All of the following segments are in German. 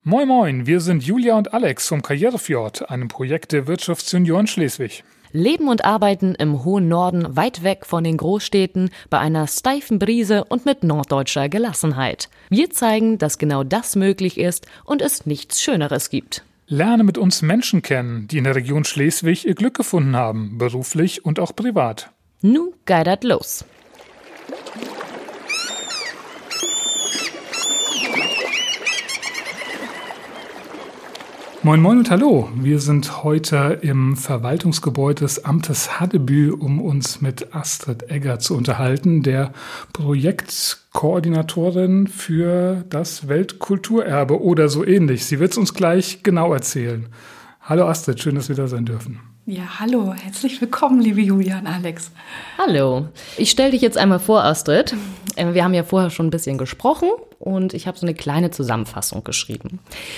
Moin Moin, wir sind Julia und Alex vom Karrierefjord, einem Projekt der Wirtschaftsjunioren Schleswig. Leben und arbeiten im hohen Norden, weit weg von den Großstädten, bei einer steifen Brise und mit norddeutscher Gelassenheit. Wir zeigen, dass genau das möglich ist und es nichts Schöneres gibt. Lerne mit uns Menschen kennen, die in der Region Schleswig ihr Glück gefunden haben, beruflich und auch privat. Nu geidert los. Moin Moin und hallo, wir sind heute im Verwaltungsgebäude des Amtes Haddebühl, um uns mit Astrid Egger zu unterhalten, der Projektkoordinatorin für das Weltkulturerbe oder so ähnlich. Sie wird es uns gleich genau erzählen. Hallo Astrid, schön, dass wir da sein dürfen. Ja, hallo, herzlich willkommen, liebe Julia und Alex. Hallo, ich stelle dich jetzt einmal vor, Astrid. Wir haben ja vorher schon ein bisschen gesprochen und ich habe so eine kleine Zusammenfassung geschrieben.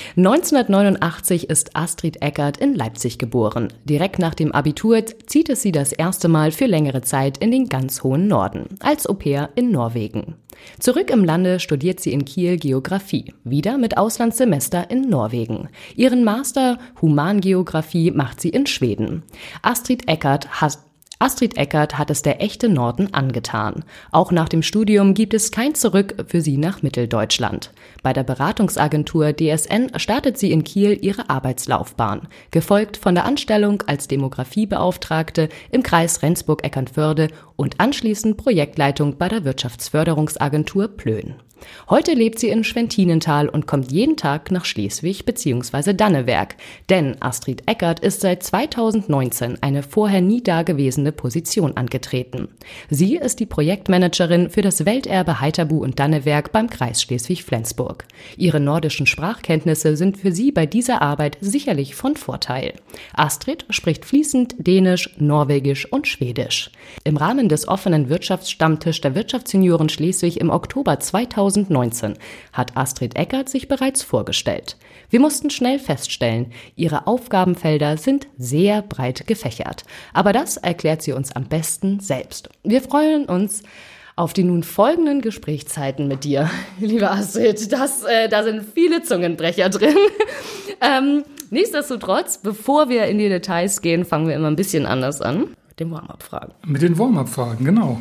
1989 ist Astrid Eckert in Leipzig geboren. Direkt nach dem Abitur zieht es sie das erste Mal für längere Zeit in den ganz hohen Norden, als Au-pair in Norwegen. Zurück im Lande studiert sie in Kiel Geografie, wieder mit Auslandssemester in Norwegen. Ihren Master Humangeografie macht sie in Schweden. Astrid Eckert hat es der echte Norden angetan. Auch nach dem Studium gibt es kein Zurück für sie nach Mitteldeutschland. Bei der Beratungsagentur DSN startet sie in Kiel ihre Arbeitslaufbahn, gefolgt von der Anstellung als Demografiebeauftragte im Kreis Rendsburg-Eckernförde und anschließend Projektleitung bei der Wirtschaftsförderungsagentur Plön. Heute lebt sie in Schwentinental und kommt jeden Tag nach Schleswig bzw. Dannewerk. Denn Astrid Eckert ist seit 2019 eine vorher nie dagewesene Position angetreten. Sie ist die Projektmanagerin für das Welterbe Heiterbu und Dannewerk beim Kreis Schleswig-Flensburg. Ihre nordischen Sprachkenntnisse sind für sie bei dieser Arbeit sicherlich von Vorteil. Astrid spricht fließend Dänisch, Norwegisch und Schwedisch. Im Rahmen des offenen Wirtschaftsstammtisch der Wirtschaftsjunioren Schleswig im Oktober 2019 hat Astrid Eckert sich bereits vorgestellt. Wir mussten schnell feststellen, ihre Aufgabenfelder sind sehr breit gefächert. Aber das erklärt sie uns am besten selbst. Wir freuen uns auf die nun folgenden Gesprächszeiten mit dir, liebe Astrid. Da sind viele Zungenbrecher drin. Nichtsdestotrotz, bevor wir in die Details gehen, fangen wir immer ein bisschen anders an. Mit den Warm-up-Fragen. Mit den Warm-up-Fragen, genau.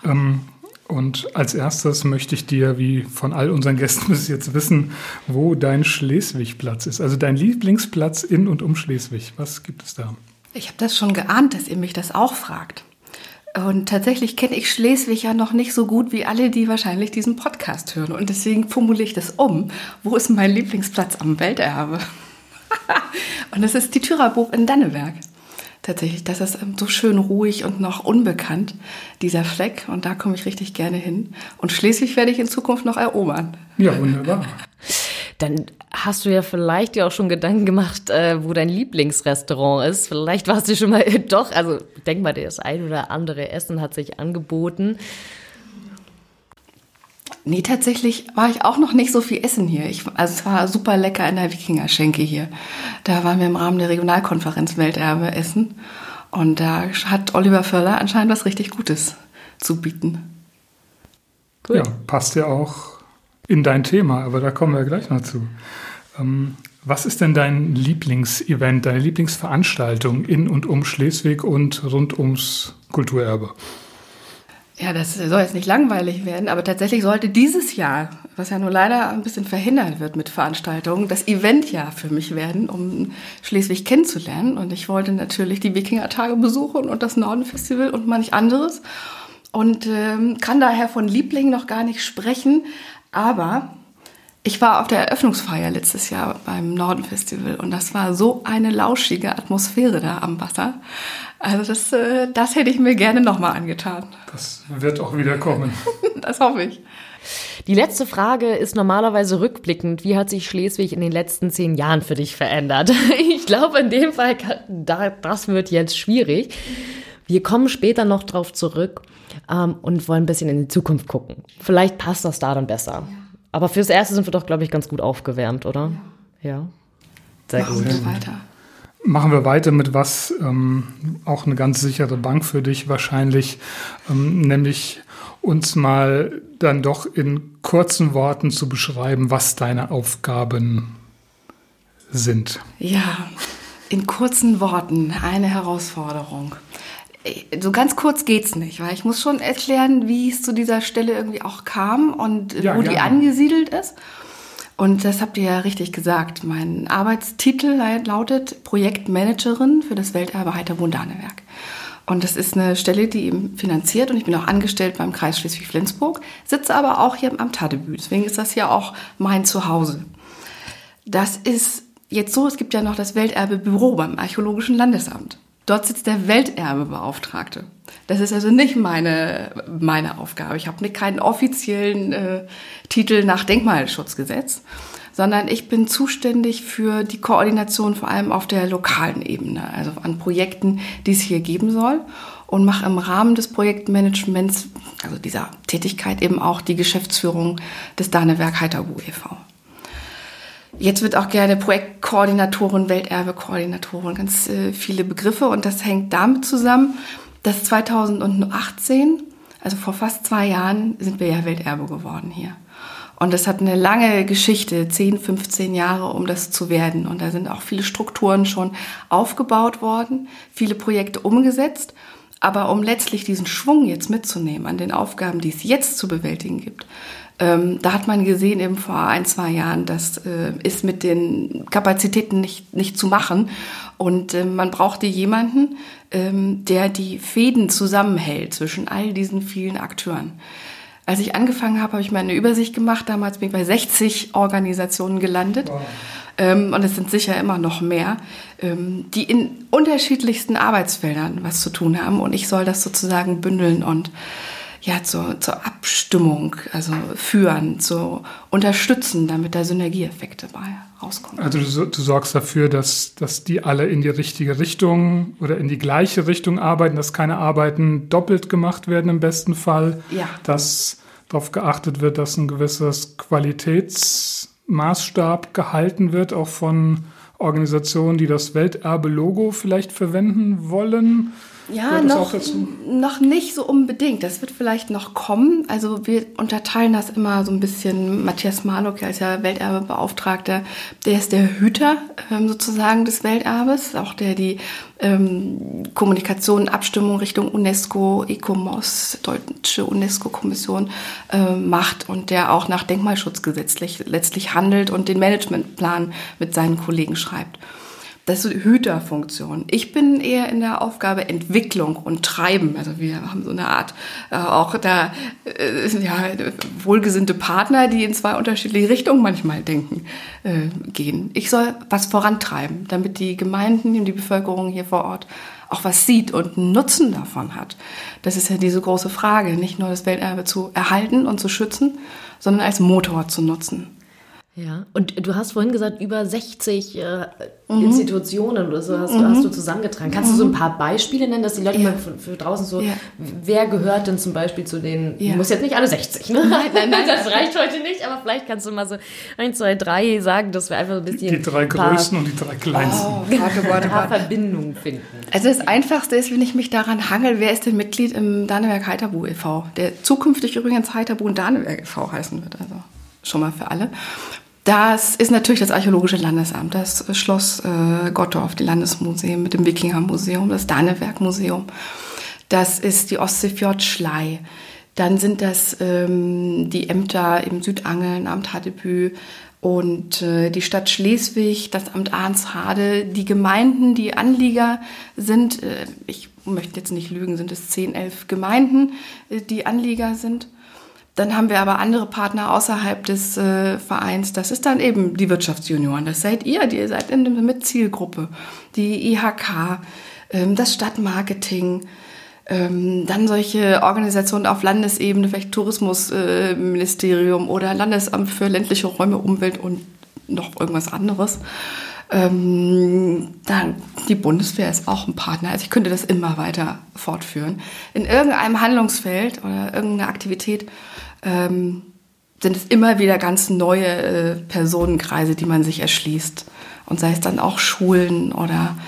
Und als erstes möchte ich dir, wie von all unseren Gästen bis jetzt, wissen, wo dein Schleswig-Platz ist. Also dein Lieblingsplatz in und um Schleswig. Was gibt es da? Ich habe das schon geahnt, dass ihr mich das auch fragt. Und tatsächlich kenne ich Schleswig ja noch nicht so gut wie alle, die wahrscheinlich diesen Podcast hören. Und deswegen formuliere ich das um. Wo ist mein Lieblingsplatz am Welterbe? Und das ist die Thüraburg in Dannewerk. Tatsächlich, das ist so schön ruhig und noch unbekannt, dieser Fleck. Und da komme ich richtig gerne hin. Und Schleswig werde ich in Zukunft noch erobern. Ja, wunderbar. Dann hast du ja vielleicht auch schon Gedanken gemacht, wo dein Lieblingsrestaurant ist. Vielleicht warst du schon mal doch, also ich denke mal, das ein oder andere Essen hat sich angeboten. Nee, tatsächlich war ich auch noch nicht so viel essen hier. Es war super lecker in der Wikingerschenke hier. Da waren wir im Rahmen der Regionalkonferenz Welterbe essen. Und da hat Oliver Völler anscheinend was richtig Gutes zu bieten. Cool. Ja, passt ja auch in dein Thema, aber da kommen wir gleich noch zu. Was ist denn dein Lieblingsevent, deine Lieblingsveranstaltung in und um Schleswig und rund ums Kulturerbe? Ja, das soll jetzt nicht langweilig werden, aber tatsächlich sollte dieses Jahr, was ja nur leider ein bisschen verhindert wird mit Veranstaltungen, das Eventjahr für mich werden, um Schleswig kennenzulernen. Und ich wollte natürlich die Wikingertage besuchen und das Nordenfestival und manch anderes. Und kann daher von Lieblingen noch gar nicht sprechen. Aber ich war auf der Eröffnungsfeier letztes Jahr beim Nordenfestival und das war so eine lauschige Atmosphäre da am Wasser. Also das hätte ich mir gerne nochmal angetan. Das wird auch wieder kommen. Das hoffe ich. Die letzte Frage ist normalerweise rückblickend. Wie hat sich Schleswig in den letzten 10 Jahren für dich verändert? Ich glaube, in dem Fall, das wird jetzt schwierig. Wir kommen später noch drauf zurück und wollen ein bisschen in die Zukunft gucken. Vielleicht passt das da dann besser. Ja. Aber fürs Erste sind wir doch, glaube ich, ganz gut aufgewärmt, oder? Ja. Sehr gut. Machen wir weiter mit was, auch eine ganz sichere Bank für dich wahrscheinlich, nämlich uns mal dann doch in kurzen Worten zu beschreiben, was deine Aufgaben sind? Ja, in kurzen Worten eine Herausforderung. So ganz kurz geht's nicht, weil ich muss schon erklären, wie es zu dieser Stelle irgendwie auch kam und wo die angesiedelt ist. Und das habt ihr ja richtig gesagt. Mein Arbeitstitel lautet Projektmanagerin für das Welterbe Heiterbrunn-Danewerk. Und das ist eine Stelle, die eben finanziert, und ich bin auch angestellt beim Kreis Schleswig-Flensburg, sitze aber auch hier im Amt Haddebühl. Deswegen ist das ja auch mein Zuhause. Das ist jetzt so, es gibt ja noch das Welterbebüro beim Archäologischen Landesamt. Dort sitzt der Welterbebeauftragte. Das ist also nicht meine Aufgabe. Ich habe keinen offiziellen Titel nach Denkmalschutzgesetz, sondern ich bin zuständig für die Koordination vor allem auf der lokalen Ebene, also an Projekten, die es hier geben soll, und mache im Rahmen des Projektmanagements, also dieser Tätigkeit, eben auch die Geschäftsführung des Danewerk Heiterbu e.V. Jetzt wird auch gerne Projektkoordinatorin, Welterbekoordinatorin, ganz viele Begriffe, und das hängt damit zusammen, dass 2018, also vor fast 2 Jahren, sind wir ja Welterbe geworden hier. Und das hat eine lange Geschichte, 10, 15 Jahre, um das zu werden. Und da sind auch viele Strukturen schon aufgebaut worden, viele Projekte umgesetzt. Aber um letztlich diesen Schwung jetzt mitzunehmen an den Aufgaben, die es jetzt zu bewältigen gibt, da hat man gesehen, eben vor 1, 2 Jahren, das ist mit den Kapazitäten nicht zu machen. Und man brauchte jemanden, der die Fäden zusammenhält zwischen all diesen vielen Akteuren. Als ich angefangen habe ich mal eine Übersicht gemacht. Damals bin ich bei 60 Organisationen gelandet. Wow. Und es sind sicher immer noch mehr, die in unterschiedlichsten Arbeitsfeldern was zu tun haben. Und ich soll das sozusagen bündeln und ja, zur Abstimmung, also führen, zu unterstützen, damit da Synergieeffekte bei rauskommen. Also du sorgst dafür, dass die alle in die richtige Richtung oder in die gleiche Richtung arbeiten, dass keine Arbeiten doppelt gemacht werden im besten Fall, dass darauf geachtet wird, dass ein gewisses Qualitätsmaßstab gehalten wird, auch von Organisationen, die das Welterbe-Logo vielleicht verwenden wollen. Ja, noch nicht so unbedingt. Das wird vielleicht noch kommen. Also wir unterteilen das immer so ein bisschen. Matthias Marlock als ja Welterbebeauftragter, der ist der Hüter sozusagen des Welterbes, auch der die Kommunikation, Abstimmung Richtung UNESCO, ECOMOS, Deutsche UNESCO-Kommission macht und der auch nach Denkmalschutzgesetz letztlich handelt und den Managementplan mit seinen Kollegen schreibt. Das ist so die Hüterfunktion. Ich bin eher in der Aufgabe Entwicklung und Treiben. Also wir haben so eine Art auch da wohlgesinnte Partner, die in 2 unterschiedliche Richtungen manchmal gehen. Ich soll was vorantreiben, damit die Gemeinden, die Bevölkerung hier vor Ort auch was sieht und einen Nutzen davon hat. Das ist ja diese große Frage, nicht nur das Welterbe zu erhalten und zu schützen, sondern als Motor zu nutzen. Ja, und du hast vorhin gesagt, über 60 Institutionen oder so hast du zusammengetragen. Kannst du so ein paar Beispiele nennen, dass die Leute mal für draußen so, wer gehört denn zum Beispiel zu den, du musst jetzt nicht alle 60, ne? Nein, das reicht heute nicht, aber vielleicht kannst du mal so 1, 2, 3 sagen, dass wir einfach so ein bisschen... Die 3 größten und die 3 kleinsten. Ein paar Verbindungen finden. Also das Einfachste ist, wenn ich mich daran hangel, wer ist denn Mitglied im Danewerk Heiterbu e.V., der zukünftig übrigens Heiterbu und Danewerk e.V. heißen wird, also schon mal für alle. Das ist natürlich das Archäologische Landesamt, das Schloss Gottorf, die Landesmuseen mit dem Wikingermuseum, das Danewerk-Museum. Das ist die Ostseefjord-Schlei. Dann sind das die Ämter im Südangeln, Amt Haddebühl und die Stadt Schleswig, das Amt Arnshade. Die Gemeinden, die Anlieger sind, ich möchte jetzt nicht lügen, sind es 10, 11 Gemeinden, die Anlieger sind. Dann haben wir aber andere Partner außerhalb des Vereins. Das ist dann eben die Wirtschaftsjunioren. Das seid ihr seid in der Mitzielgruppe. Die IHK, das Stadtmarketing, dann solche Organisationen auf Landesebene, vielleicht Tourismusministerium oder Landesamt für ländliche Räume, Umwelt und noch irgendwas anderes. Dann die Bundeswehr ist auch ein Partner. Also ich könnte das immer weiter fortführen. In irgendeinem Handlungsfeld oder irgendeiner Aktivität sind es immer wieder ganz neue Personenkreise, die man sich erschließt. Und sei es dann auch Schulen oder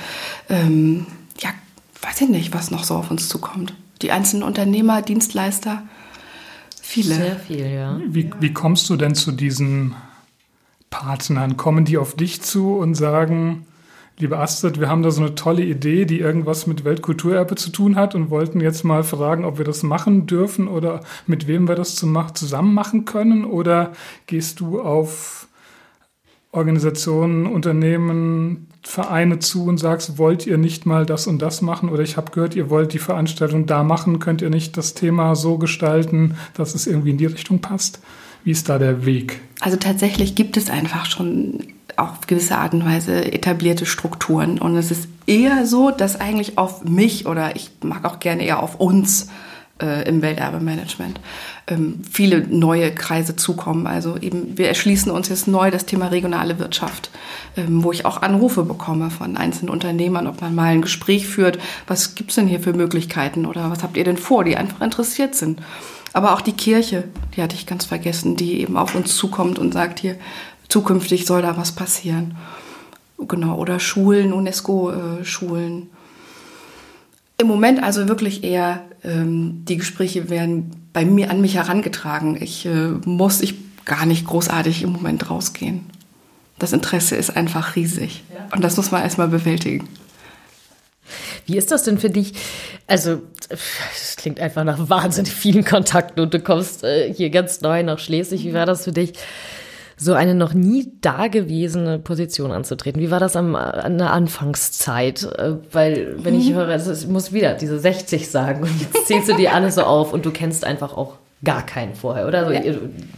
weiß ich nicht, was noch so auf uns zukommt. Die einzelnen Unternehmer, Dienstleister, viele. Sehr viel, ja. Wie kommst du denn zu diesen Partnern? Kommen die auf dich zu und sagen, liebe Astrid, wir haben da so eine tolle Idee, die irgendwas mit Weltkulturerbe zu tun hat und wollten jetzt mal fragen, ob wir das machen dürfen oder mit wem wir das zusammen machen können? Oder gehst du auf Organisationen, Unternehmen, Vereine zu und sagst, wollt ihr nicht mal das und das machen? Oder ich habe gehört, ihr wollt die Veranstaltung da machen, könnt ihr nicht das Thema so gestalten, dass es irgendwie in die Richtung passt? Wie ist da der Weg? Also tatsächlich gibt es einfach schon auf gewisse Art und Weise etablierte Strukturen. Und es ist eher so, dass eigentlich auf mich oder ich mag auch gerne eher auf uns im Welterbemanagement viele neue Kreise zukommen. Also eben, wir erschließen uns jetzt neu das Thema regionale Wirtschaft, wo ich auch Anrufe bekomme von einzelnen Unternehmern, ob man mal ein Gespräch führt, was gibt's denn hier für Möglichkeiten oder was habt ihr denn vor, die einfach interessiert sind. Aber auch die Kirche, die hatte ich ganz vergessen, die eben auf uns zukommt und sagt, hier, zukünftig soll da was passieren. Genau, oder Schulen, UNESCO-Schulen. Im Moment also wirklich eher, die Gespräche werden bei mir an mich herangetragen. Ich muss gar nicht großartig im Moment rausgehen. Das Interesse ist einfach riesig. Ja. Und das muss man erstmal bewältigen. Wie ist das denn für dich? Also, es klingt einfach nach wahnsinnig vielen Kontakten und du kommst hier ganz neu nach Schleswig. Wie war das für dich, so eine noch nie dagewesene Position anzutreten? Wie war das an der Anfangszeit? Weil, wenn ich höre, also ich muss wieder diese 60 sagen und jetzt zählst du die alle so auf und du kennst einfach auch gar keinen vorher, oder? Ja.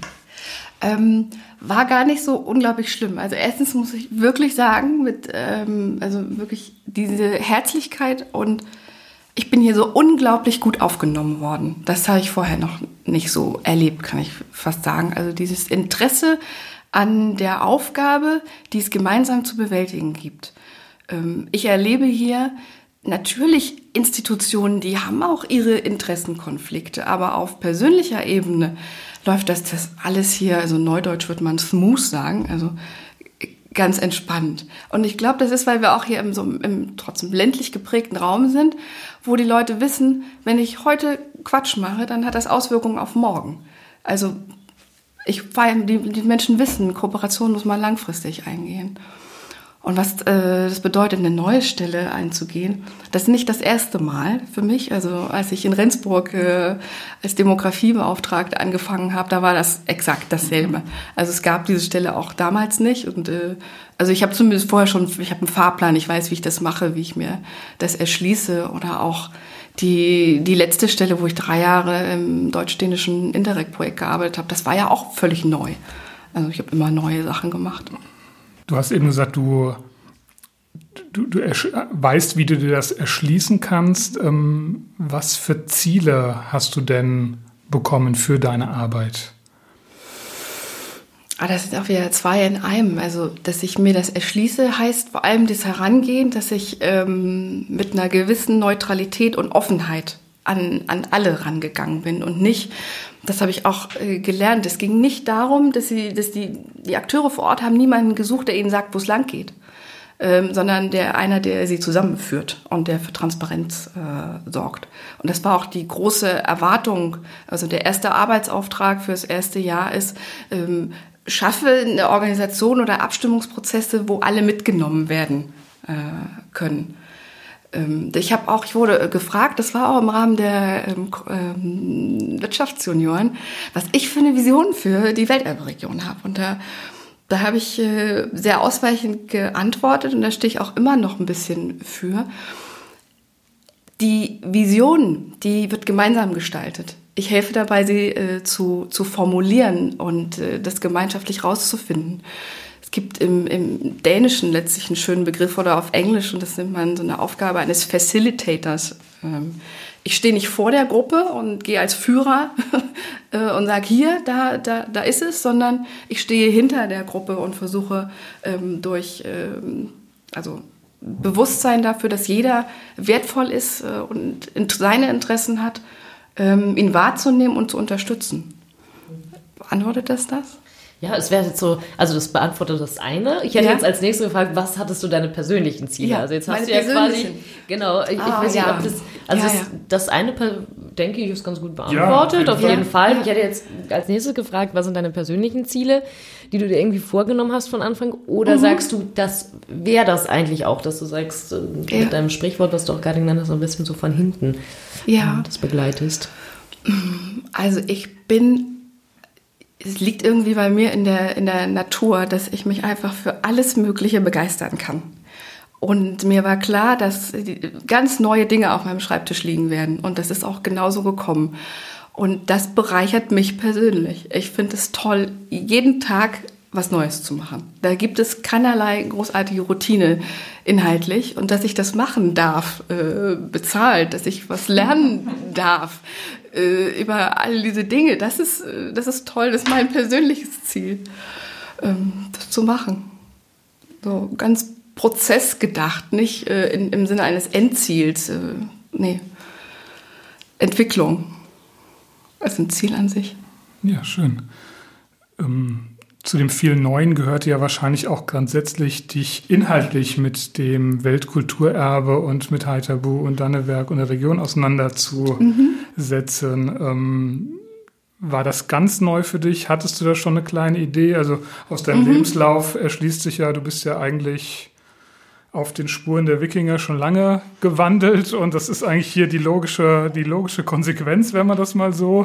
War gar nicht so unglaublich schlimm. Also erstens muss ich wirklich sagen, also wirklich diese Herzlichkeit und ich bin hier so unglaublich gut aufgenommen worden. Das habe ich vorher noch nicht so erlebt, kann ich fast sagen. Also dieses Interesse an der Aufgabe, die es gemeinsam zu bewältigen gibt. Ich erlebe hier natürlich Institutionen, die haben auch ihre Interessenkonflikte, aber auf persönlicher Ebene läuft das alles hier, also neudeutsch würde man smooth sagen, also ganz entspannt. Und ich glaube, das ist, weil wir auch hier im trotzdem ländlich geprägten Raum sind, wo die Leute wissen, wenn ich heute Quatsch mache, dann hat das Auswirkungen auf morgen. Also die Menschen wissen, Kooperation muss man langfristig eingehen. Und was das bedeutet, eine neue Stelle einzugehen, das ist nicht das erste Mal für mich. Also als ich in Rendsburg als Demografiebeauftragte angefangen habe, da war das exakt dasselbe. Also es gab diese Stelle auch damals nicht. Und also ich habe zumindest vorher ich habe einen Fahrplan, ich weiß, wie ich das mache, wie ich mir das erschließe. Oder auch die letzte Stelle, wo ich 3 Jahre im deutsch-dänischen Interreg-Projekt gearbeitet habe, das war ja auch völlig neu. Also ich habe immer neue Sachen gemacht. Du hast eben gesagt, du weißt, wie du dir das erschließen kannst. Was für Ziele hast du denn bekommen für deine Arbeit? Das sind auch wieder 2 in einem. Also, dass ich mir das erschließe, heißt vor allem das Herangehen, dass ich mit einer gewissen Neutralität und Offenheit an alle rangegangen bin und nicht, das habe ich auch gelernt, es ging nicht darum, dass die Akteure vor Ort haben niemanden gesucht, der ihnen sagt, wo es lang geht, sondern der sie zusammenführt und der für Transparenz sorgt. Und das war auch die große Erwartung, also der erste Arbeitsauftrag für das erste Jahr ist, schaffe eine Organisation oder Abstimmungsprozesse, wo alle mitgenommen werden können. Ich wurde gefragt, das war auch im Rahmen der Wirtschaftsjunioren, was ich für eine Vision für die Welterberegion habe. Und da habe ich sehr ausweichend geantwortet und da stehe ich auch immer noch ein bisschen für. Die Vision, die wird gemeinsam gestaltet. Ich helfe dabei, sie zu formulieren und das gemeinschaftlich rauszufinden. Es gibt im Dänischen letztlich einen schönen Begriff oder auf Englisch und das nennt man so eine Aufgabe eines Facilitators. Ich stehe nicht vor der Gruppe und gehe als Führer und sage, hier, da ist es, sondern ich stehe hinter der Gruppe und versuche durch Bewusstsein dafür, dass jeder wertvoll ist und seine Interessen hat, ihn wahrzunehmen und zu unterstützen. Beantwortet das? Ja, es wäre jetzt so, also das beantwortet das eine. Ich hätte jetzt als nächstes gefragt, was hattest du deine persönlichen Ziele? Ja, also jetzt hast du ja quasi, genau, ich weiß nicht, ob das, also das eine, denke ich, ist ganz gut beantwortet. Ja, auf jeden Fall. Ich hätte jetzt als nächstes gefragt, was sind deine persönlichen Ziele, die du dir irgendwie vorgenommen hast von Anfang? Oder sagst du, das wäre das eigentlich auch, dass du sagst, mit deinem Sprichwort, was du auch gerade genannt hast, so ein bisschen so von hinten das begleitest? Also es liegt irgendwie bei mir in der Natur, dass ich mich einfach für alles Mögliche begeistern kann. Und mir war klar, dass ganz neue Dinge auf meinem Schreibtisch liegen werden. Und das ist auch genauso gekommen. Und das bereichert mich persönlich. Ich finde es toll, jeden Tag was Neues zu machen. Da gibt es keinerlei großartige Routine inhaltlich. Und dass ich das machen darf, bezahlt, dass ich was lernen darf über all diese Dinge, das ist toll. Das ist mein persönliches Ziel, das zu machen. So ganz prozessgedacht, nicht im Sinne eines Endziels. Entwicklung. Das ist ein Ziel an sich. Ja, schön. Zu dem vielen Neuen gehört ja wahrscheinlich auch grundsätzlich, dich inhaltlich mit dem Weltkulturerbe und mit Haithabu und Dannewerk und der Region auseinanderzusetzen. War das ganz neu für dich? Hattest du da schon eine kleine Idee? Also aus deinem Lebenslauf erschließt sich ja, du bist ja eigentlich auf den Spuren der Wikinger schon lange gewandelt und das ist eigentlich hier die logische Konsequenz, wenn man das mal so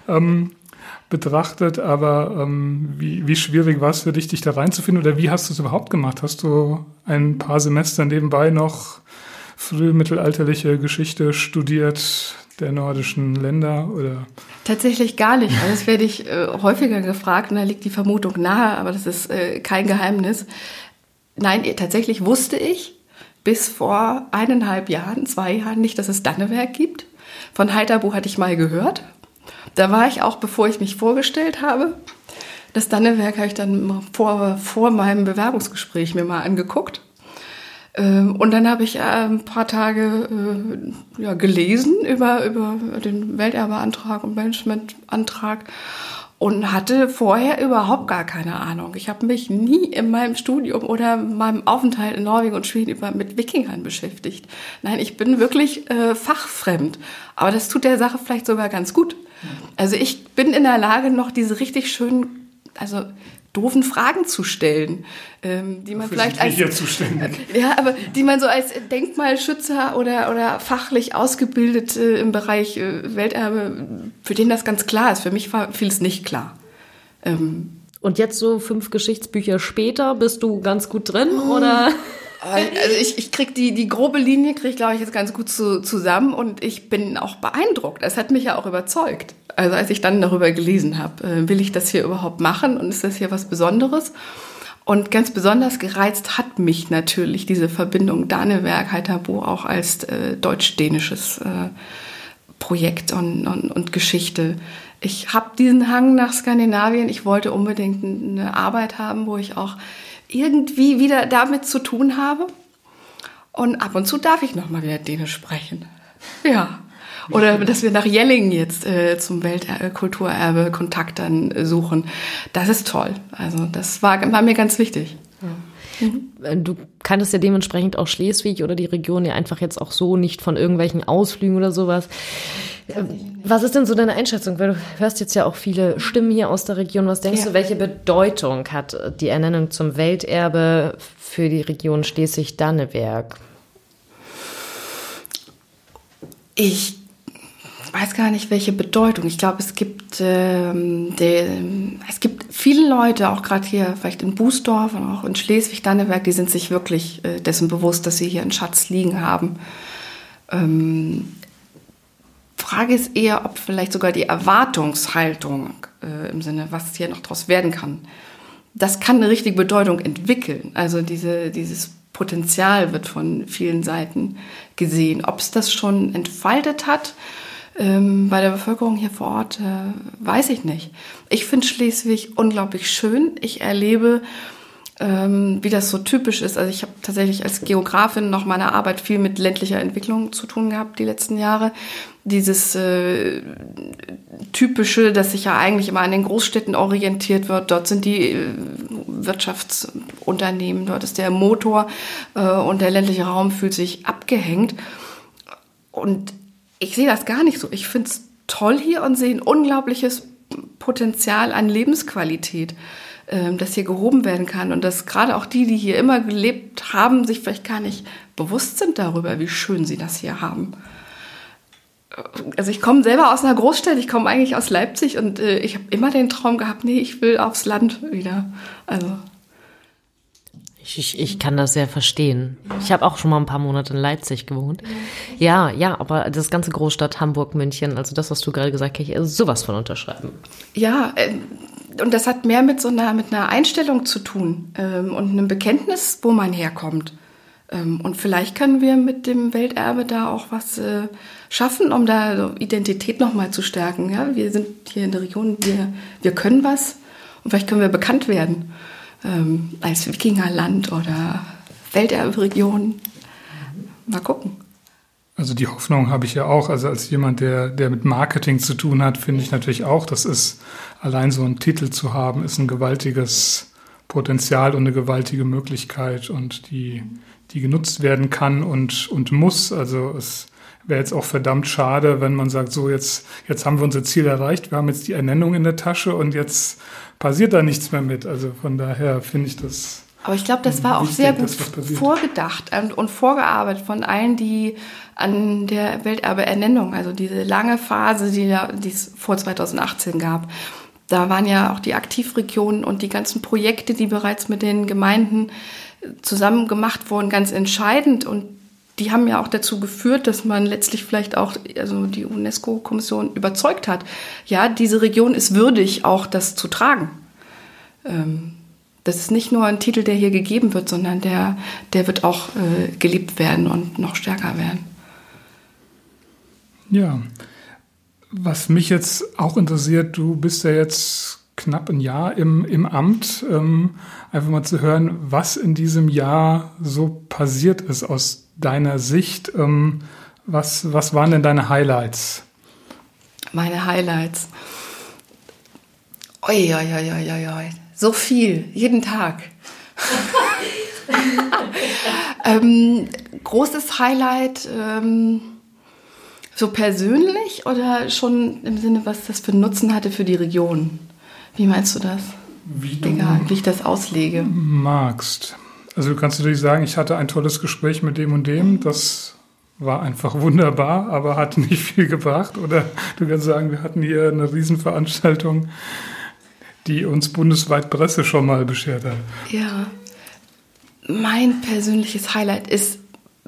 betrachtet. Aber wie schwierig war es für dich, dich da reinzufinden oder wie hast du es überhaupt gemacht? Hast du ein paar Semester nebenbei noch frühmittelalterliche Geschichte studiert der nordischen Länder? Oder? Tatsächlich gar nicht. Das werde ich häufiger gefragt und da liegt die Vermutung nahe, aber das ist kein Geheimnis. Nein, tatsächlich wusste ich bis vor 2 Jahren nicht, dass es Dannewerk gibt. Von Haithabu hatte ich mal gehört. Da war ich auch, bevor ich mich vorgestellt habe. Das Dannewerk habe ich dann vor meinem Bewerbungsgespräch mir mal angeguckt. Und dann habe ich ein paar Tage gelesen über den Welterbeantrag und Managementantrag und hatte vorher überhaupt gar keine Ahnung. Ich habe mich nie in meinem Studium oder meinem Aufenthalt in Norwegen und Schweden mit Wikingern beschäftigt. Nein, ich bin wirklich fachfremd. Aber das tut der Sache vielleicht sogar ganz gut. Also ich bin in der Lage, noch diese richtig schönen, doofen Fragen zu stellen, die man vielleicht als aber die man so als Denkmalschützer oder fachlich ausgebildet im Bereich Welterbe, für den das ganz klar ist. Für mich war vieles nicht klar. Und jetzt so 5 Geschichtsbücher später, bist du ganz gut drin, oder? Also ich krieg die grobe Linie, glaube ich, jetzt ganz gut zusammen und ich bin auch beeindruckt. Es hat mich ja auch überzeugt. Also als ich dann darüber gelesen habe, will ich das hier überhaupt machen und ist das hier was Besonderes? Und ganz besonders gereizt hat mich natürlich diese Verbindung Dannewerk, Haithabu auch als deutsch-dänisches Projekt und Geschichte. Ich habe diesen Hang nach Skandinavien. Ich wollte unbedingt eine Arbeit haben, wo ich auch irgendwie wieder damit zu tun habe. Und ab und zu darf ich noch mal wieder Dänisch sprechen. Ja. Oder dass wir nach Jelling jetzt zum Weltkulturerbe Kontakt dann suchen. Das ist toll. Also das war mir ganz wichtig. Ja. Du kanntest ja dementsprechend auch Schleswig oder die Region ja einfach jetzt auch so nicht von irgendwelchen Ausflügen oder sowas. Was ist denn so deine Einschätzung? Weil du hörst jetzt ja auch viele Stimmen hier aus der Region. Was denkst du, welche Bedeutung hat die Ernennung zum Welterbe für die Region Schleswig-Dannewerk? Ich weiß gar nicht, welche Bedeutung. Ich glaube, es gibt viele Leute, auch gerade hier vielleicht in Bußdorf und auch in Schleswig-Dannewerk, die sind sich wirklich dessen bewusst, dass sie hier einen Schatz liegen haben. Frage ist eher, ob vielleicht sogar die Erwartungshaltung im Sinne, was hier noch draus werden kann, das kann eine richtige Bedeutung entwickeln. Also dieses Potenzial wird von vielen Seiten gesehen. Ob es das schon entfaltet hat bei der Bevölkerung hier vor Ort, weiß ich nicht. Ich finde Schleswig unglaublich schön. Ich erlebe, wie das so typisch ist. Also ich habe tatsächlich als Geografin noch meine Arbeit viel mit ländlicher Entwicklung zu tun gehabt die letzten Jahre. Dieses Typische, dass sich ja eigentlich immer an den Großstädten orientiert wird. Dort sind die Wirtschaftsunternehmen, dort ist der Motor und der ländliche Raum fühlt sich abgehängt. Und ich sehe das gar nicht so. Ich finde es toll hier und sehen unglaubliches Potenzial an Lebensqualität, das hier gehoben werden kann. Und dass gerade auch die hier immer gelebt haben, sich vielleicht gar nicht bewusst sind darüber, wie schön sie das hier haben. Also ich komme selber aus einer Großstadt, ich komme eigentlich aus Leipzig und ich habe immer den Traum gehabt, nee, ich will aufs Land wieder. Also Ich kann das sehr verstehen. Ich habe auch schon mal ein paar Monate in Leipzig gewohnt. Ja, aber das ganze Großstadt Hamburg, München, also das, was du gerade gesagt hast, kann ich sowas von unterschreiben. Ja, und das hat mehr mit einer Einstellung zu tun und einem Bekenntnis, wo man herkommt. Und vielleicht können wir mit dem Welterbe da auch was schaffen, um da so Identität nochmal zu stärken. Ja, wir sind hier in der Region, wir können was und vielleicht können wir bekannt werden. Als Wikingerland oder Welterbe-Region. Mal gucken. Also die Hoffnung habe ich ja auch. Also als jemand, der mit Marketing zu tun hat, finde ich natürlich auch, das ist allein so einen Titel zu haben, ist ein gewaltiges Potenzial und eine gewaltige Möglichkeit und die genutzt werden kann und muss. Also es wäre jetzt auch verdammt schade, wenn man sagt, so jetzt haben wir unser Ziel erreicht, wir haben jetzt die Ernennung in der Tasche und jetzt passiert da nichts mehr mit. Also von daher finde ich das. Aber ich glaube, das war auch sehr gut vorgedacht und vorgearbeitet von allen, die an der Welterbe-Ernennung, also diese lange Phase, die es vor 2018 gab. Da waren ja auch die Aktivregionen und die ganzen Projekte, die bereits mit den Gemeinden zusammen gemacht wurden, ganz entscheidend. Und die haben ja auch dazu geführt, dass man letztlich vielleicht auch die UNESCO-Kommission überzeugt hat, ja, diese Region ist würdig, auch das zu tragen. Das ist nicht nur ein Titel, der hier gegeben wird, sondern der wird auch gelebt werden und noch stärker werden. Ja, was mich jetzt auch interessiert, du bist ja jetzt knapp ein Jahr im Amt, einfach mal zu hören, was in diesem Jahr so passiert ist aus deiner Sicht. Was waren denn deine Highlights? Meine Highlights? Oi. So viel, jeden Tag. Großes Highlight, so persönlich oder schon im Sinne, was das für einen Nutzen hatte für die Region? Wie meinst du das? Wie ich das auslege. Magst. Also du kannst natürlich sagen, ich hatte ein tolles Gespräch mit dem und dem, das war einfach wunderbar, aber hat nicht viel gebracht. Oder du kannst sagen, wir hatten hier eine Riesenveranstaltung, die uns bundesweit Presse schon mal beschert hat. Ja, mein persönliches Highlight ist,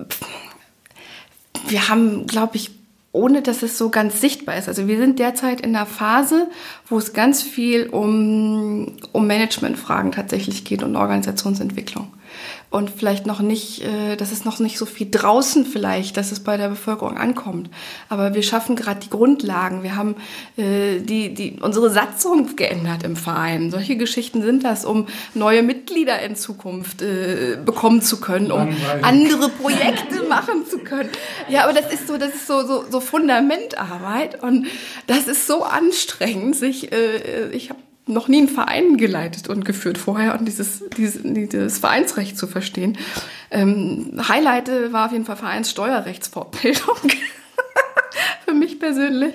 wir haben, glaube ich, ohne dass es so ganz sichtbar ist. Also wir sind derzeit in einer Phase, wo es ganz viel um Managementfragen tatsächlich geht und Organisationsentwicklung. Und vielleicht noch nicht, das ist noch nicht so viel draußen vielleicht, dass es bei der Bevölkerung ankommt. Aber wir schaffen gerade die Grundlagen. Wir haben unsere Satzung geändert im Verein. Solche Geschichten sind das, um neue Mitglieder in Zukunft bekommen zu können, um andere Projekte machen zu können. Ja, aber das ist so Fundamentarbeit und das ist so anstrengend. Ich habe noch nie einen Verein geleitet und geführt vorher und dieses Vereinsrecht zu verstehen. Highlight war auf jeden Fall Vereinssteuerrechtsfortbildung. Für mich persönlich.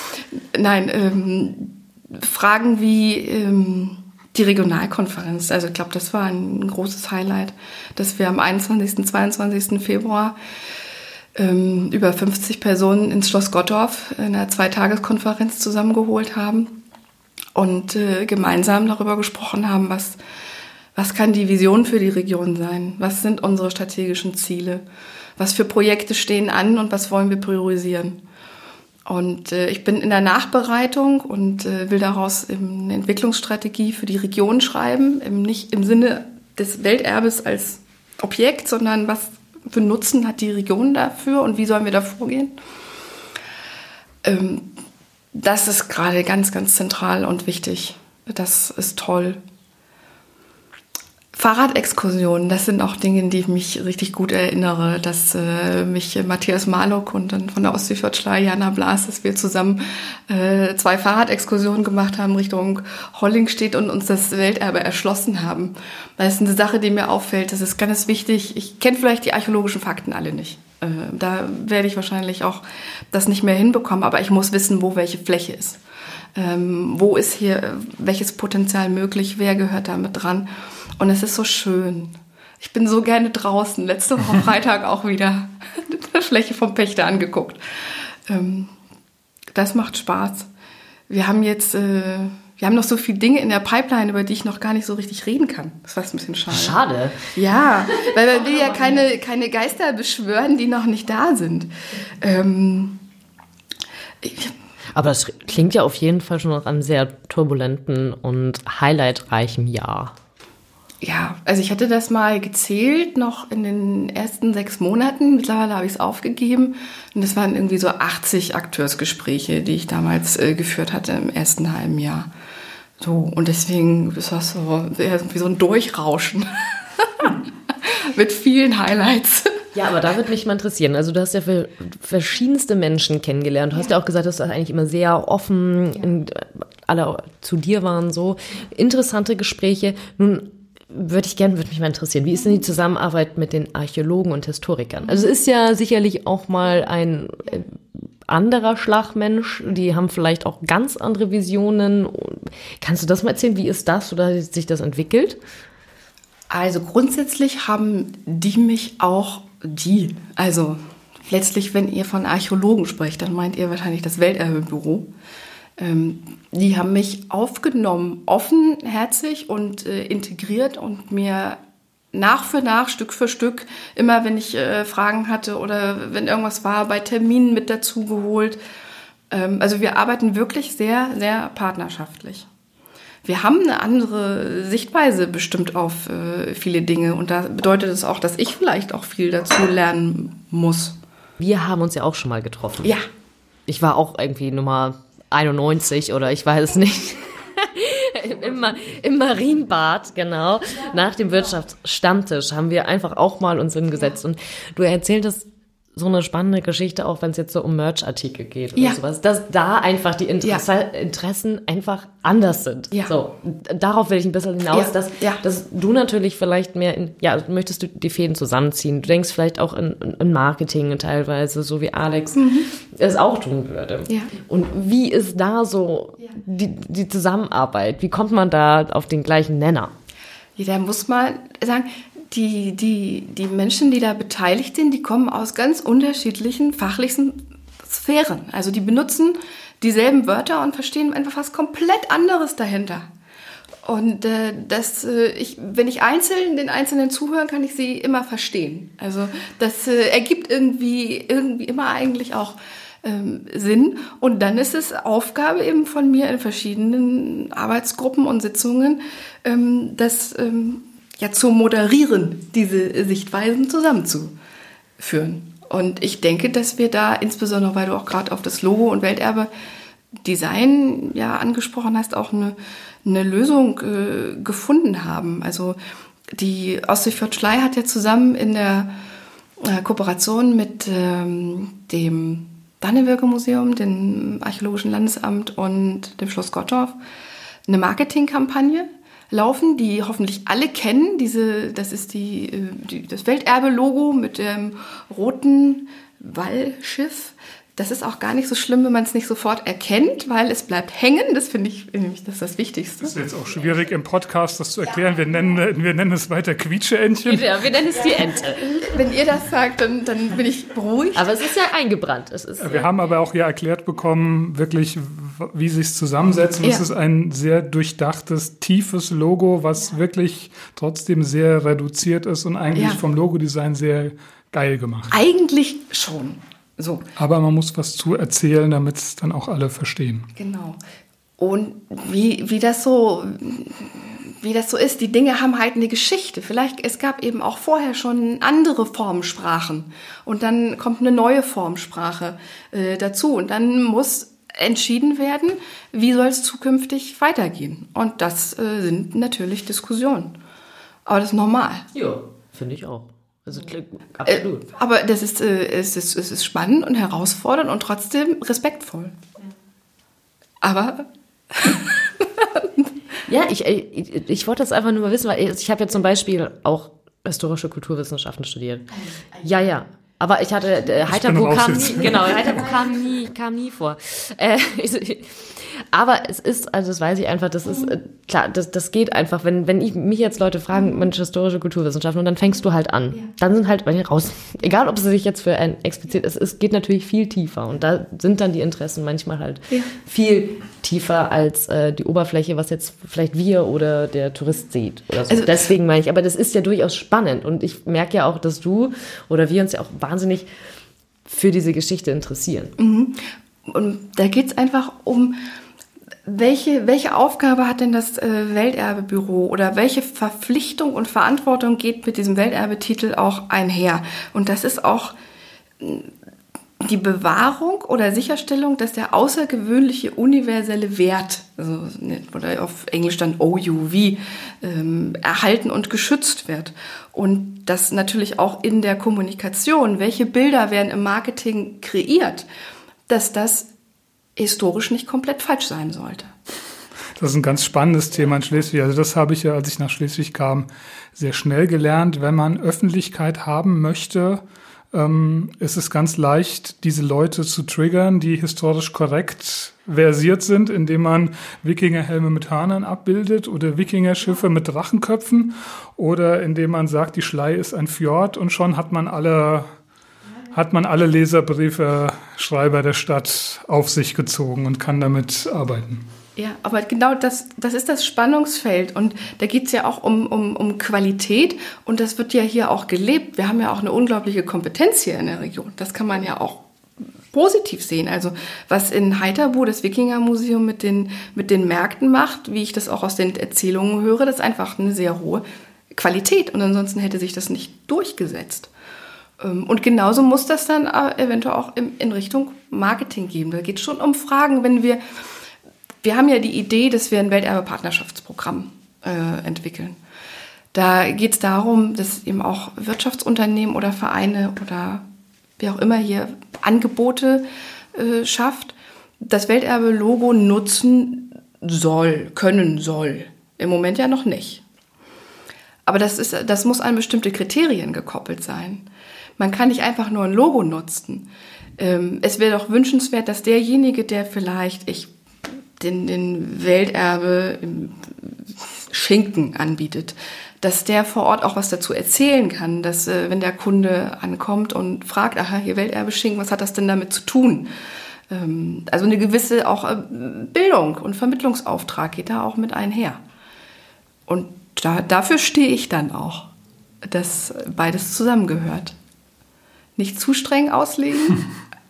Nein, Fragen wie die Regionalkonferenz. Also ich glaube, das war ein großes Highlight, dass wir am 21. 22. Februar über 50 Personen ins Schloss Gottorf in einer 2-Tages-Konferenz zusammengeholt haben. Und gemeinsam darüber gesprochen haben, was kann die Vision für die Region sein? Was sind unsere strategischen Ziele? Was für Projekte stehen an und was wollen wir priorisieren? Und ich bin in der Nachbereitung und will daraus eine Entwicklungsstrategie für die Region schreiben, nicht im Sinne des Welterbes als Objekt, sondern was für Nutzen hat die Region dafür und wie sollen wir da vorgehen? Das ist gerade ganz, ganz zentral und wichtig. Das ist toll. Fahrradexkursionen, das sind auch Dinge, die ich mich richtig gut erinnere, dass mich Matthias Marlock und dann von der Ostseefjordschlei Jana Blas, dass wir zusammen 2 Fahrradexkursionen gemacht haben Richtung Hollingstedt und uns das Welterbe erschlossen haben. Das ist eine Sache, die mir auffällt, das ist ganz wichtig. Ich kenne vielleicht die archäologischen Fakten alle nicht. Da werde ich wahrscheinlich auch das nicht mehr hinbekommen, aber ich muss wissen, wo welche Fläche ist. Wo ist hier welches Potenzial möglich, wer gehört da mit dran? Und es ist so schön. Ich bin so gerne draußen. Letzte Woche Freitag auch wieder die Fläche vom Pächter angeguckt. Das macht Spaß. Wir haben noch so viele Dinge in der Pipeline, über die ich noch gar nicht so richtig reden kann. Das ist fast ein bisschen schade. Schade? Ja, weil man will ja keine Geister beschwören, die noch nicht da sind. Aber das klingt ja auf jeden Fall schon nach einem sehr turbulenten und highlightreichen Jahr. Ja, also ich hatte das mal gezählt, noch in den ersten 6 Monaten. Mittlerweile habe ich es aufgegeben. Und das waren irgendwie so 80 Akteursgespräche, die ich damals geführt hatte im ersten halben Jahr. So, und deswegen ist das so wie so ein Durchrauschen mit vielen Highlights. Ja, aber da würde mich mal interessieren. Also du hast ja verschiedenste Menschen kennengelernt. Du hast ja auch gesagt, dass das eigentlich immer sehr offen alle zu dir waren, so interessante Gespräche. Nun würde mich mal interessieren, wie ist denn die Zusammenarbeit mit den Archäologen und Historikern? Also es ist ja sicherlich auch mal ein anderer Schlagmensch, die haben vielleicht auch ganz andere Visionen. Kannst du das mal erzählen? Wie ist das oder hat sich das entwickelt? Also grundsätzlich haben die mich auch also letztlich, wenn ihr von Archäologen sprecht, dann meint ihr wahrscheinlich das Welterbebüro. Die haben mich aufgenommen, offenherzig und integriert und mir nach für nach, Stück für Stück, immer wenn ich Fragen hatte oder wenn irgendwas war, bei Terminen mit dazu geholt. Also wir arbeiten wirklich sehr, sehr partnerschaftlich. Wir haben eine andere Sichtweise bestimmt auf viele Dinge und da bedeutet es auch, dass ich vielleicht auch viel dazu lernen muss. Wir haben uns ja auch schon mal getroffen. Ja. Ich war auch irgendwie Nummer 91 oder ich weiß es nicht. Im Marienbad, genau. Nach dem Wirtschaftsstammtisch haben wir einfach auch mal uns hingesetzt und du erzähltest so eine spannende Geschichte, auch wenn es jetzt so um Merch-Artikel geht oder sowas, dass da einfach die Interessen einfach anders sind. Ja. So, darauf will ich ein bisschen hinaus, dass du natürlich vielleicht mehr möchtest du die Fäden zusammenziehen. Du denkst vielleicht auch in Marketing teilweise, so wie Alex es auch tun würde. Ja. Und wie ist da so die Zusammenarbeit? Wie kommt man da auf den gleichen Nenner? Ja, da muss man sagen, die Menschen, die da beteiligt sind, die kommen aus ganz unterschiedlichen fachlichen Sphären. Also die benutzen dieselben Wörter und verstehen einfach was komplett anderes dahinter. Und wenn ich den Einzelnen zuhöre, kann ich sie immer verstehen. Also das ergibt irgendwie immer eigentlich auch Sinn. Und dann ist es Aufgabe eben von mir in verschiedenen Arbeitsgruppen und Sitzungen, zu moderieren, diese Sichtweisen zusammenzuführen. Und ich denke, dass wir da, insbesondere weil du auch gerade auf das Logo und Welterbe Design angesprochen hast, auch eine Lösung gefunden haben. Also die Ostseefjordschlei hat ja zusammen in der Kooperation mit dem Dannewirke-Museum, dem Archäologischen Landesamt und dem Schloss Gottorf eine Marketingkampagne laufen, die hoffentlich alle kennen. Das ist das Welterbe-Logo mit dem roten Wallschiff. Das ist auch gar nicht so schlimm, wenn man es nicht sofort erkennt, weil es bleibt hängen. Das finde ich nämlich das Wichtigste. Das ist jetzt auch schwierig im Podcast, das zu erklären. Wir nennen es weiter Quietscheentchen. Ja, wir nennen es die Ente. Wenn ihr das sagt, dann bin ich beruhigt. Aber es ist ja eingebrannt. Wir haben aber auch erklärt bekommen, wirklich, wie sie es zusammensetzen. Es ist ein sehr durchdachtes, tiefes Logo, was wirklich trotzdem sehr reduziert ist und eigentlich vom Logodesign sehr geil gemacht. Eigentlich schon. So. Aber man muss was zu erzählen, damit es dann auch alle verstehen. Genau. Und wie das so ist, die Dinge haben halt eine Geschichte. Es gab eben auch vorher schon andere Formensprachen. Und dann kommt eine neue Formensprache dazu. Und dann muss entschieden werden, wie soll es zukünftig weitergehen. Und das sind natürlich Diskussionen. Aber das ist normal. Ja, finde ich auch. Also absolut. Aber das ist, es ist spannend und herausfordernd und trotzdem respektvoll. Aber ja, ich wollte das einfach nur mal wissen, weil ich habe ja zum Beispiel auch historische Kulturwissenschaften studiert. Ja. Aber ich hatte Heiterbuch kam nie vor. Aber es ist, also das weiß ich einfach, das ist klar, das geht einfach, wenn mich jetzt Leute fragen, Mensch, historische Kulturwissenschaften, und dann fängst du halt an. Ja. Dann sind halt bei dir raus, egal ob es sich jetzt für ein explizit ist, es geht natürlich viel tiefer und da sind dann die Interessen manchmal halt viel tiefer als die Oberfläche, was jetzt vielleicht wir oder der Tourist sieht oder so. Also, deswegen meine ich, aber das ist ja durchaus spannend und ich merke ja auch, dass du oder wir uns ja auch wahnsinnig für diese Geschichte interessieren. Mhm. Und da geht es einfach um, welche Aufgabe hat denn das Welterbebüro oder welche Verpflichtung und Verantwortung geht mit diesem Welterbetitel auch einher? Und das ist auch die Bewahrung oder Sicherstellung, dass der außergewöhnliche universelle Wert, also, oder auf Englisch dann OUV, erhalten und geschützt wird. Und das natürlich auch in der Kommunikation, welche Bilder werden im Marketing kreiert, dass das historisch nicht komplett falsch sein sollte. Das ist ein ganz spannendes Thema in Schleswig. Also das habe ich ja, als ich nach Schleswig kam, sehr schnell gelernt. Wenn man Öffentlichkeit haben möchte, ist es ganz leicht, diese Leute zu triggern, die historisch korrekt versiert sind, indem man Wikingerhelme mit Hörnern abbildet oder Wikingerschiffe mit Drachenköpfen oder indem man sagt, die Schlei ist ein Fjord und schon hat man alle Leserbriefe Schreiber der Stadt auf sich gezogen und kann damit arbeiten. Ja, aber genau das ist das Spannungsfeld und da geht es ja auch um Qualität und das wird ja hier auch gelebt. Wir haben ja auch eine unglaubliche Kompetenz hier in der Region. Das kann man ja auch positiv sehen. Also was in Heiterbu das Wikingermuseum mit den Märkten macht, wie ich das auch aus den Erzählungen höre, das ist einfach eine sehr hohe Qualität und ansonsten hätte sich das nicht durchgesetzt. Und genauso muss das dann eventuell auch in Richtung Marketing gehen. Da geht es schon um Fragen, wenn wir haben ja die Idee, dass wir ein Welterbe-Partnerschaftsprogramm entwickeln. Da geht es darum, dass eben auch Wirtschaftsunternehmen oder Vereine oder wer auch immer hier Angebote schafft, das Welterbe-Logo nutzen können soll. Im Moment ja noch nicht. Aber das muss an bestimmte Kriterien gekoppelt sein. Man kann nicht einfach nur ein Logo nutzen. Es wäre doch wünschenswert, dass derjenige, der vielleicht den Welterbe Schinken anbietet, dass der vor Ort auch was dazu erzählen kann, dass wenn der Kunde ankommt und fragt, aha, hier Welterbe Schinken, was hat das denn damit zu tun? Also eine gewisse auch Bildung und Vermittlungsauftrag geht da auch mit einher. Und dafür stehe ich dann auch, dass beides zusammengehört. Nicht zu streng auslegen,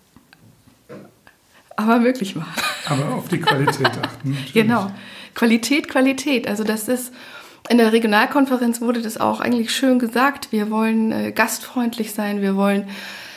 aber wirklich machen. Aber auf die Qualität achten. Genau, Qualität. Also das ist, in der Regionalkonferenz wurde das auch eigentlich schön gesagt. Wir wollen gastfreundlich sein, wir wollen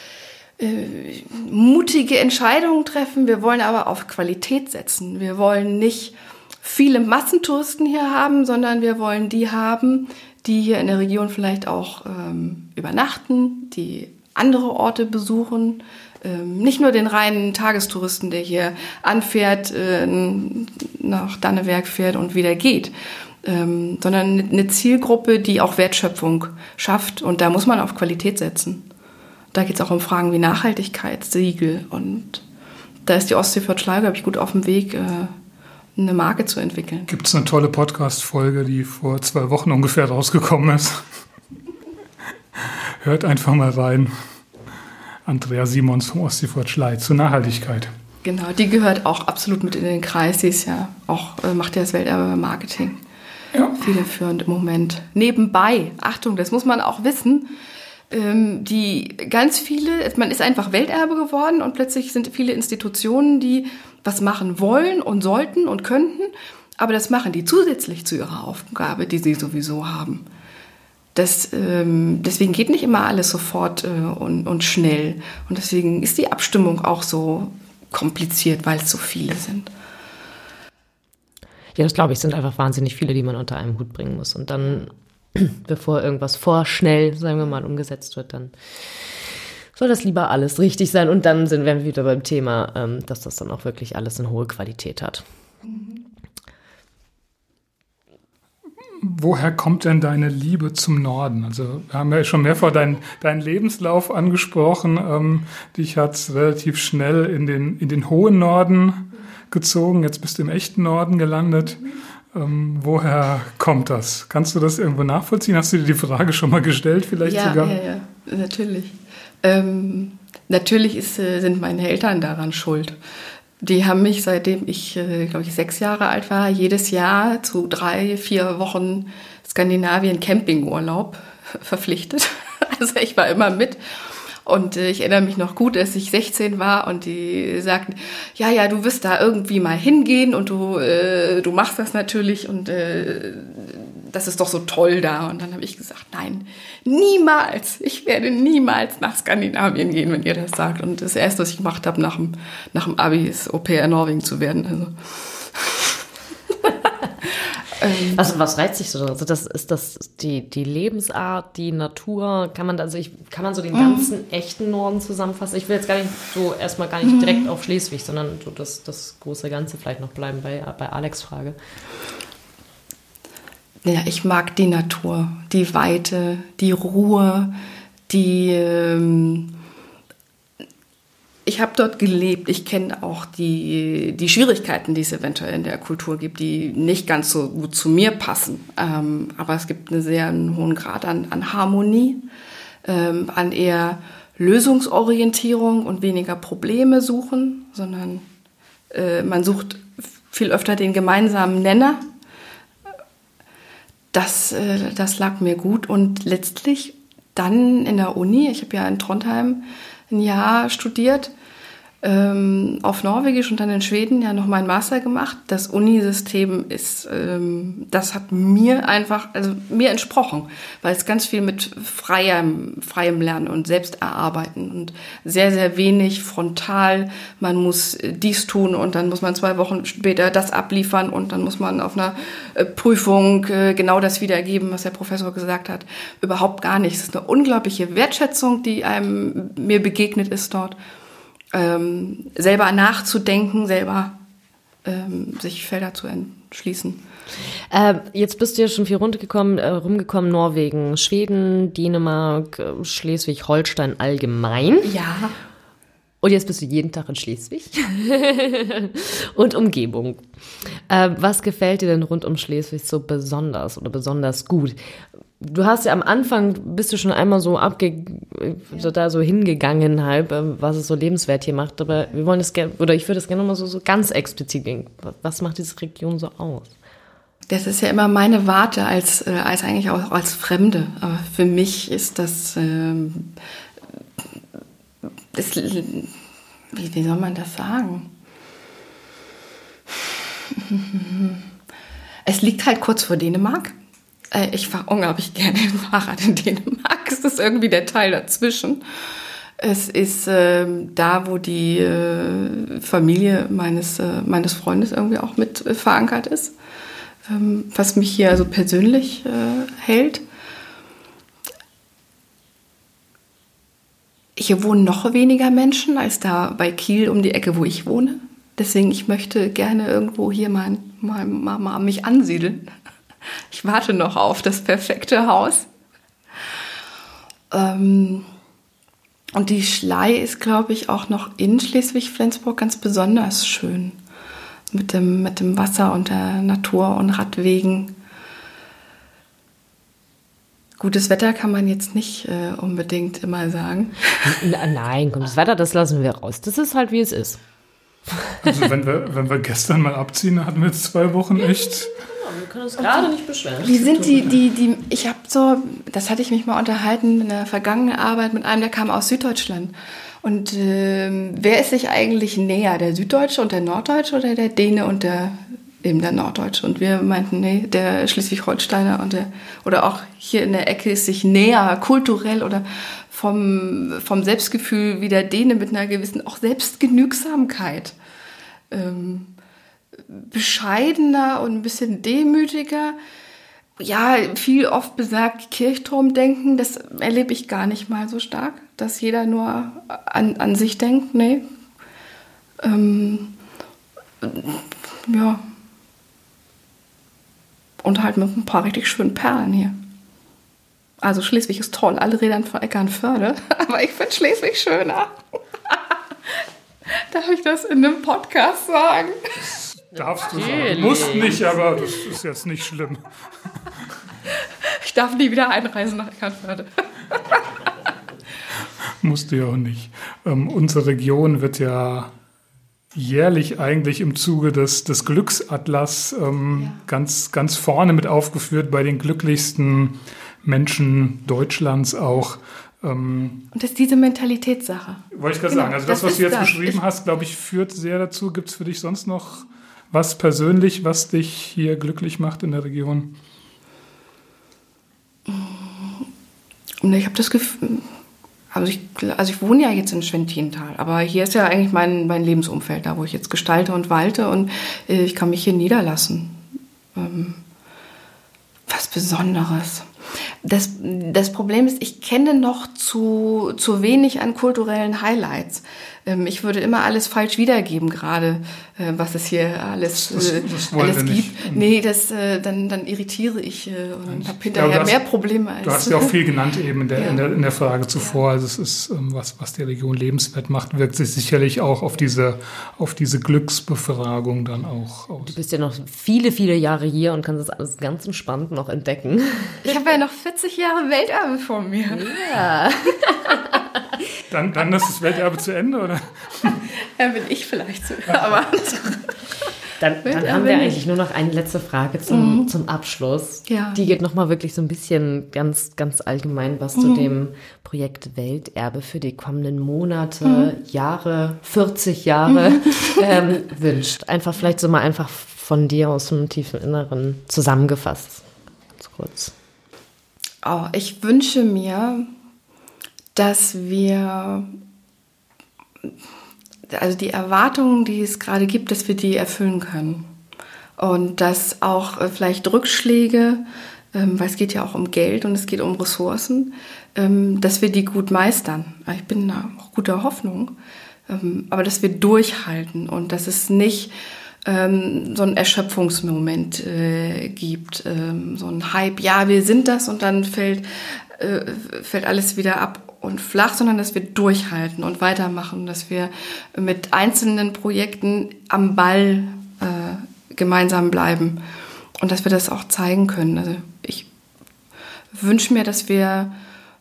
mutige Entscheidungen treffen, wir wollen aber auf Qualität setzen. Wir wollen nicht viele Massentouristen hier haben, sondern wir wollen die haben, die hier in der Region vielleicht auch übernachten, die andere Orte besuchen, nicht nur den reinen Tagestouristen, der hier anfährt, nach Dannewerk fährt und wieder geht, sondern eine Zielgruppe, die auch Wertschöpfung schafft. Und da muss man auf Qualität setzen. Da geht es auch um Fragen wie Nachhaltigkeit, Siegel. Und da ist die Ostseefjord-Schlei, glaube ich, gut auf dem Weg, eine Marke zu entwickeln. Gibt es eine tolle Podcast-Folge, die vor 2 Wochen ungefähr rausgekommen ist. Hört einfach mal rein. Andrea Simons vom Ostseefjord-Schlei zur Nachhaltigkeit. Genau, die gehört auch absolut mit in den Kreis. Sie ist ja auch, macht ja das Welterbe-Marketing. Ja. Federführend im Moment. Nebenbei, Achtung, das muss man auch wissen, die ganz viele, man ist einfach Welterbe geworden und plötzlich sind viele Institutionen, die was machen wollen und sollten und könnten, aber das machen die zusätzlich zu ihrer Aufgabe, die sie sowieso haben. Deswegen geht nicht immer alles sofort und schnell. Und deswegen ist die Abstimmung auch so kompliziert, weil es so viele sind. Ja, das glaube ich, sind einfach wahnsinnig viele, die man unter einem Hut bringen muss. Und dann bevor irgendwas vorschnell, sagen wir mal, umgesetzt wird, dann soll das lieber alles richtig sein. Und dann sind wir wieder beim Thema, dass das dann auch wirklich alles eine hohe Qualität hat. Woher kommt denn deine Liebe zum Norden? Also wir haben ja schon mehrfach deinen Lebenslauf angesprochen. Dich hat es relativ schnell in den hohen Norden gezogen. Jetzt bist du im echten Norden gelandet. Woher kommt das? Kannst du das irgendwo nachvollziehen? Hast du dir die Frage schon mal gestellt vielleicht sogar? Ja, natürlich. Natürlich sind meine Eltern daran schuld. Die haben mich, seitdem ich, glaube ich, 6 Jahre alt war, jedes Jahr zu 3-4 Wochen Skandinavien-Campingurlaub verpflichtet. Also ich war immer mit. Und ich erinnere mich noch gut, als ich 16 war und die sagten, ja, du wirst da irgendwie mal hingehen und du machst das natürlich und das ist doch so toll da. Und dann habe ich gesagt, nein, niemals. Ich werde niemals nach Skandinavien gehen, wenn ihr das sagt. Und das Erste, was ich gemacht habe nach dem Abi, ist Au-pair in Norwegen zu werden. Also. Was reizt dich so? Also ist das die Lebensart, die Natur? Kann man so den ganzen echten Norden zusammenfassen? Ich will jetzt erstmal gar nicht direkt auf Schleswig, sondern so das große Ganze vielleicht noch bleiben bei Alex' Frage. Ja, ich mag die Natur, die Weite, die Ruhe, ich habe dort gelebt. Ich kenne auch die Schwierigkeiten, die es eventuell in der Kultur gibt, die nicht ganz so gut zu mir passen. Aber es gibt einen sehr hohen Grad an Harmonie, an eher Lösungsorientierung und weniger Probleme suchen, sondern man sucht viel öfter den gemeinsamen Nenner. Das lag mir gut. Und letztlich dann in der Uni, ich habe ja in Trondheim ein Jahr studiert, auf Norwegisch und dann in Schweden ja noch meinen Master gemacht. Das Unisystem das hat mir mir entsprochen, weil es ganz viel mit freiem Lernen und Selbsterarbeiten und sehr, sehr wenig frontal. Man muss dies tun und dann muss man 2 Wochen später das abliefern und dann muss man auf einer Prüfung genau das wiedergeben, was der Professor gesagt hat. Überhaupt gar nicht. Es ist eine unglaubliche Wertschätzung, die mir begegnet ist dort. Selber nachzudenken, selber sich Felder zu entschließen. Jetzt bist du ja schon viel rumgekommen, Norwegen, Schweden, Dänemark, Schleswig-Holstein allgemein. Ja. Und jetzt bist du jeden Tag in Schleswig und Umgebung. Was gefällt dir denn rund um Schleswig so besonders oder besonders gut? Du hast ja am Anfang, bist du schon einmal so hingegangen, was es so lebenswert hier macht. Aber wir wollen das gerne, oder ich würde das gerne mal so ganz explizit gehen. Was macht diese Region so aus? Das ist ja immer meine Warte als eigentlich auch als Fremde. Aber für mich ist das, wie soll man das sagen? Es liegt halt kurz vor Dänemark. Ich fahre unglaublich gerne mit dem Fahrrad in Dänemark. Es ist irgendwie der Teil dazwischen. Es ist da, wo die Familie meines Freundes irgendwie auch mit verankert ist, was mich hier also persönlich hält. Hier wohnen noch weniger Menschen als da bei Kiel um die Ecke, wo ich wohne. Deswegen, ich möchte gerne irgendwo hier mal mich ansiedeln. Ich warte noch auf das perfekte Haus. Und die Schlei ist, glaube ich, auch noch in Schleswig-Flensburg ganz besonders schön. Mit dem Wasser und der Natur und Radwegen. Gutes Wetter kann man jetzt nicht unbedingt immer sagen. Nein, gutes Wetter, das lassen wir raus. Das ist halt, wie es ist. Also wenn wir gestern mal abziehen, hatten wir jetzt 2 Wochen echt... Wir können uns gerade nicht beschweren. Wie sind ich habe das hatte ich mich mal unterhalten in der vergangenen Arbeit mit einem, der kam aus Süddeutschland. Und wer ist sich eigentlich näher, der Süddeutsche und der Norddeutsche oder der Däne und der Norddeutsche? Und wir meinten, nee, der Schleswig-Holsteiner oder auch hier in der Ecke ist sich näher kulturell oder vom Selbstgefühl wie der Däne mit einer gewissen auch Selbstgenügsamkeit. Bescheidener und ein bisschen demütiger. ja, viel oft besagt Kirchturmdenken, das erlebe ich gar nicht mal so stark, dass jeder nur an sich denkt. Nee. Ja. Und halt mit ein paar richtig schönen Perlen hier. Also Schleswig ist toll, alle reden von Eckernförde, aber ich finde Schleswig schöner. Darf ich das in einem Podcast sagen? Darfst du sagen. Du musst nicht, aber das ist jetzt nicht schlimm. Ich darf nie wieder einreisen nach Eckernförde. Musst du ja auch nicht. Unsere Region wird ja jährlich eigentlich im Zuge des Glücksatlas ganz, ganz vorne mit aufgeführt bei den glücklichsten Menschen Deutschlands auch. Und das ist diese Mentalitätssache. Wollte ich gerade sagen. Also das, was du jetzt beschrieben hast, glaube ich, führt sehr dazu. Gibt es für dich sonst noch was persönlich, was dich hier glücklich macht in der Region? Ich habe das Gefühl, also ich wohne ja jetzt in Schwentintal, aber hier ist ja eigentlich mein Lebensumfeld, da wo ich jetzt gestalte und walte und ich kann mich hier niederlassen. Was Besonderes. Das Problem ist, ich kenne noch zu wenig an kulturellen Highlights. Ich würde immer alles falsch wiedergeben, gerade was es hier alles gibt. Nee, dann irritiere ich und habe hinterher mehr Probleme als... Du hast ja auch viel genannt eben in der Frage zuvor. Also es ist was die Region lebenswert macht, wirkt sich sicherlich auch auf diese Glücksbefragung dann auch aus. Du bist ja noch viele, viele Jahre hier und kannst das alles ganz entspannt noch entdecken. Ich habe ja noch 40 Jahre Welterbe vor mir. Ja. Dann ist das Welterbe zu Ende, oder? Ja, bin ich vielleicht sogar, aber... Dann haben wir eigentlich nur noch eine letzte Frage zum Abschluss. Ja. Die geht nochmal wirklich so ein bisschen ganz, ganz allgemein was zu dem Projekt Welterbe für die kommenden Monate, Jahre, 40 Jahre wünscht. Einfach vielleicht so mal einfach von dir aus dem tiefen Inneren zusammengefasst. Ganz kurz. Oh, ich wünsche mir, dass wir, also die Erwartungen, die es gerade gibt, dass wir die erfüllen können. Und dass auch vielleicht Rückschläge, weil es geht ja auch um Geld und es geht um Ressourcen, dass wir die gut meistern. Ich bin da auch guter Hoffnung, aber dass wir durchhalten und dass es nicht so einen Erschöpfungsmoment gibt, so ein Hype, ja, wir sind das und dann fällt alles wieder ab und flach, sondern dass wir durchhalten und weitermachen, dass wir mit einzelnen Projekten am Ball gemeinsam bleiben und dass wir das auch zeigen können. Also ich wünsche mir, dass wir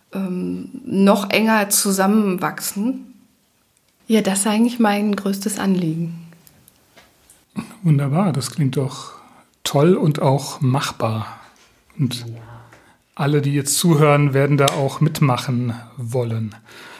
noch enger zusammenwachsen. Ja, das ist eigentlich mein größtes Anliegen. Wunderbar, das klingt doch toll und auch machbar. Und alle, die jetzt zuhören, werden da auch mitmachen wollen.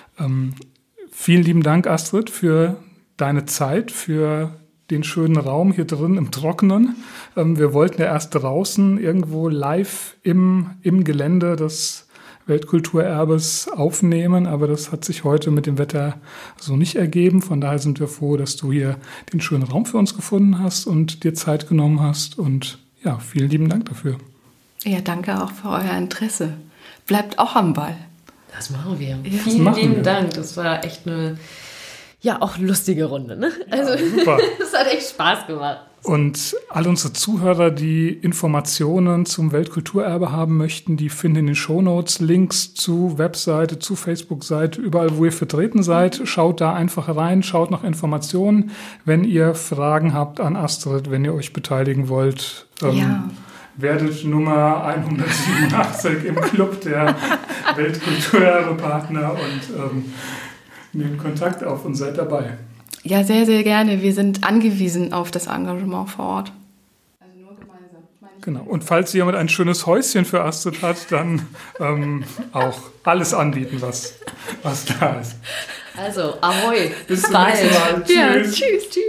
Vielen lieben Dank, Astrid, für deine Zeit, für den schönen Raum hier drin im Trockenen. Wir wollten ja erst draußen irgendwo live im Gelände des Weltkulturerbes aufnehmen, aber das hat sich heute mit dem Wetter so nicht ergeben. Von daher sind wir froh, dass du hier den schönen Raum für uns gefunden hast und dir Zeit genommen hast. Und ja, vielen lieben Dank dafür. Ja, danke auch für euer Interesse. Bleibt auch am Ball. Das machen wir. Ja. Vielen lieben Dank. Das war echt eine, auch lustige Runde. Ne? Also, ja, super. Das hat echt Spaß gemacht. Und all unsere Zuhörer, die Informationen zum Weltkulturerbe haben möchten, die finden in den Shownotes Links zu Webseite, zu Facebook-Seite, überall, wo ihr vertreten seid. Schaut da einfach rein, schaut nach Informationen. Wenn ihr Fragen habt an Astrid, wenn ihr euch beteiligen wollt, werdet Nummer 187 im Club der Weltkulturerbe-Partner und nehmt Kontakt auf und seid dabei. Ja, sehr, sehr gerne. Wir sind angewiesen auf das Engagement vor Ort. Also nur gemeinsam. Genau. Und falls jemand ein schönes Häuschen für Astrid hat, dann auch alles anbieten, was da ist. Also, ahoi. Bis zum nächsten Mal. Tschüss. Ja, tschüss.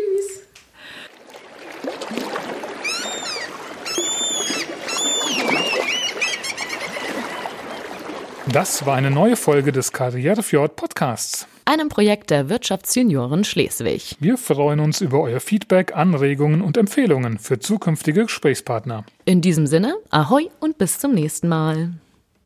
Das war eine neue Folge des Karrierefjord Podcasts. einem Projekt der Wirtschaftsjunioren Schleswig. Wir freuen uns über euer Feedback, Anregungen und Empfehlungen für zukünftige Gesprächspartner. In diesem Sinne, Ahoi und bis zum nächsten Mal.